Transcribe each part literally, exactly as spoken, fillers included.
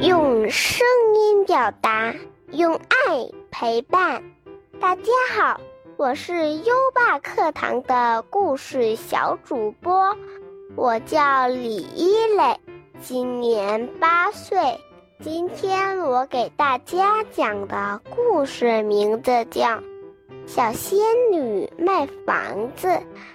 用声音表达，用爱陪伴。大家好，我是优爸课堂的故事小主播，我叫李一磊，今年八岁。今天我给大家讲的故事名字叫《小仙女卖房子》。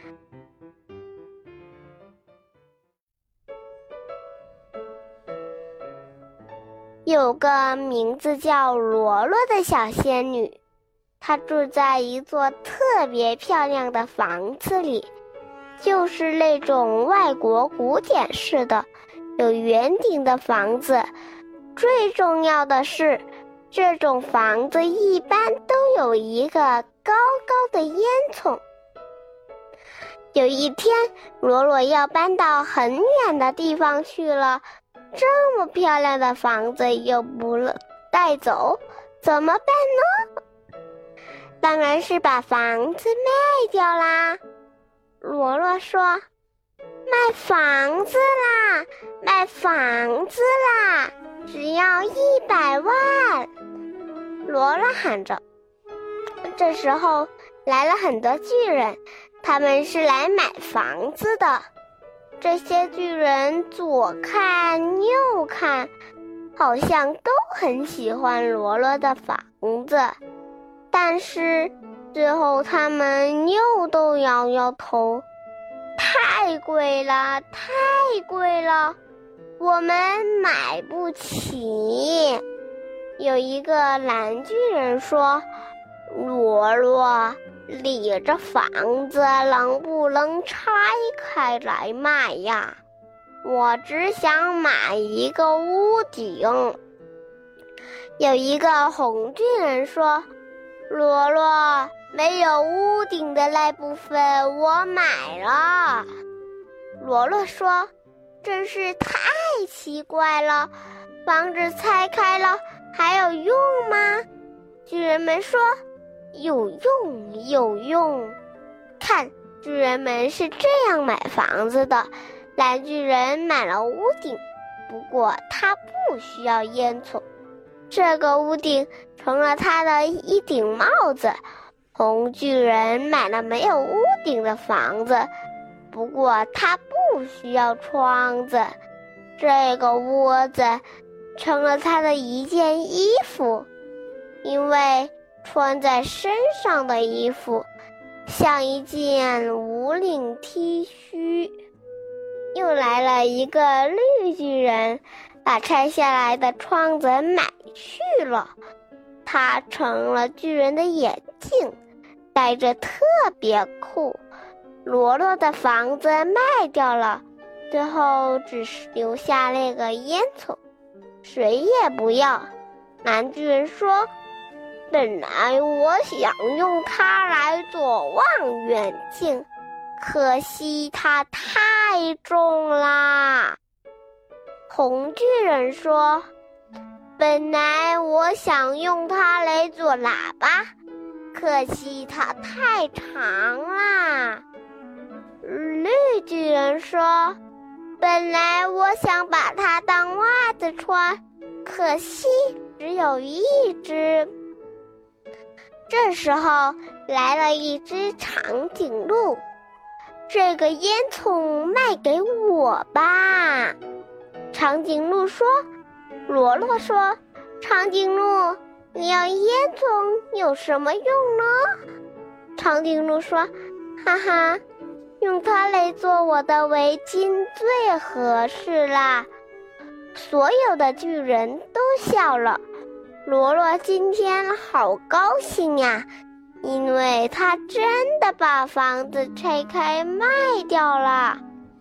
有个名字叫罗罗的小仙女，她住在一座特别漂亮的房子里，就是那种外国古典式的有圆顶的房子。最重要的是，这种房子一般都有一个高高的烟囱。有一天，罗罗要搬到很远的地方去了，这么漂亮的房子又不能带走，怎么办呢？当然是把房子卖掉啦。罗罗说：卖房子啦，卖房子啦，只要一百万！罗罗喊着。这时候来了很多巨人，他们是来买房子的。这些巨人左看右看，好像都很喜欢罗罗的房子，但是最后他们又都摇摇头，太贵了，太贵了，我们买不起。有一个蓝巨人说：罗罗，你这房子能不能拆开来卖呀？我只想买一个屋顶。有一个红巨人说：罗罗，没有屋顶的那部分我买了。罗罗说：真是太奇怪了，房子拆开了还有用吗？巨人们说：有用有用。看，巨人们是这样买房子的。蓝巨人买了屋顶，不过他不需要烟囱，这个屋顶成了他的一顶帽子。红巨人买了没有屋顶的房子，不过他不需要窗子，这个窝子成了他的一件衣服，因为穿在身上的衣服像一件无领 T 恤。又来了一个绿巨人，把拆下来的窗子买去了，他成了巨人的眼镜，戴着特别酷。罗罗的房子卖掉了，最后只是留下那个烟囱，谁也不要。蓝巨人说：本来我想用它来做望远镜，可惜它太重啦。红巨人说：本来我想用它来做喇叭，可惜它太长啦。绿巨人说：本来我想把它当袜子穿，可惜只有一只。这时候来了一只长颈鹿，这个烟囱卖给我吧。长颈鹿说。罗罗说：长颈鹿，你要烟囱有什么用呢？长颈鹿说：哈哈，用它来做我的围巾最合适啦。所有的巨人都笑了。罗罗今天好高兴呀，因为他真的把房子拆开卖掉了。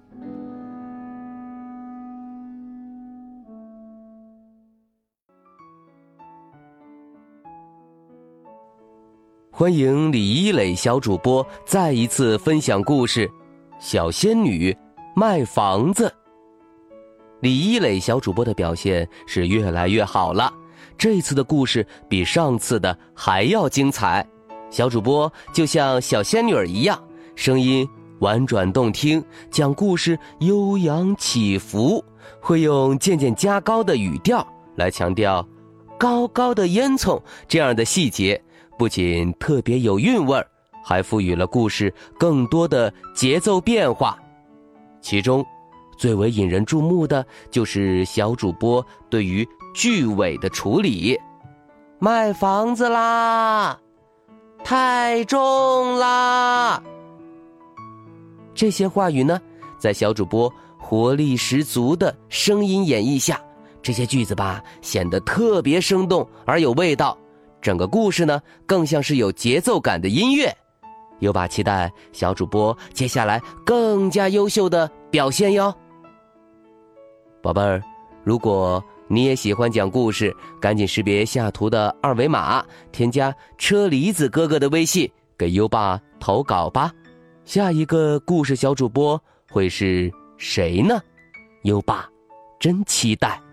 欢迎李一磊小主播再一次分享故事《小仙女卖房子》。李一磊小主播的表现是越来越好了，这次的故事比上次的还要精彩。小主播就像小仙女儿一样，声音婉转动听，讲故事悠扬起伏，会用渐渐加高的语调来强调高高的烟囱这样的细节，不仅特别有韵味儿，还赋予了故事更多的节奏变化。其中最为引人注目的就是小主播对于句尾的处理。卖房子啦，太重啦，这些话语呢，在小主播活力十足的声音演绎下，这些句子吧显得特别生动而有味道，整个故事呢更像是有节奏感的音乐。优爸期待小主播接下来更加优秀的表现哟。宝贝儿，如果你也喜欢讲故事，赶紧识别下图的二维码，添加车厘子哥哥的微信，给优爸投稿吧。下一个故事小主播会是谁呢？优爸真期待。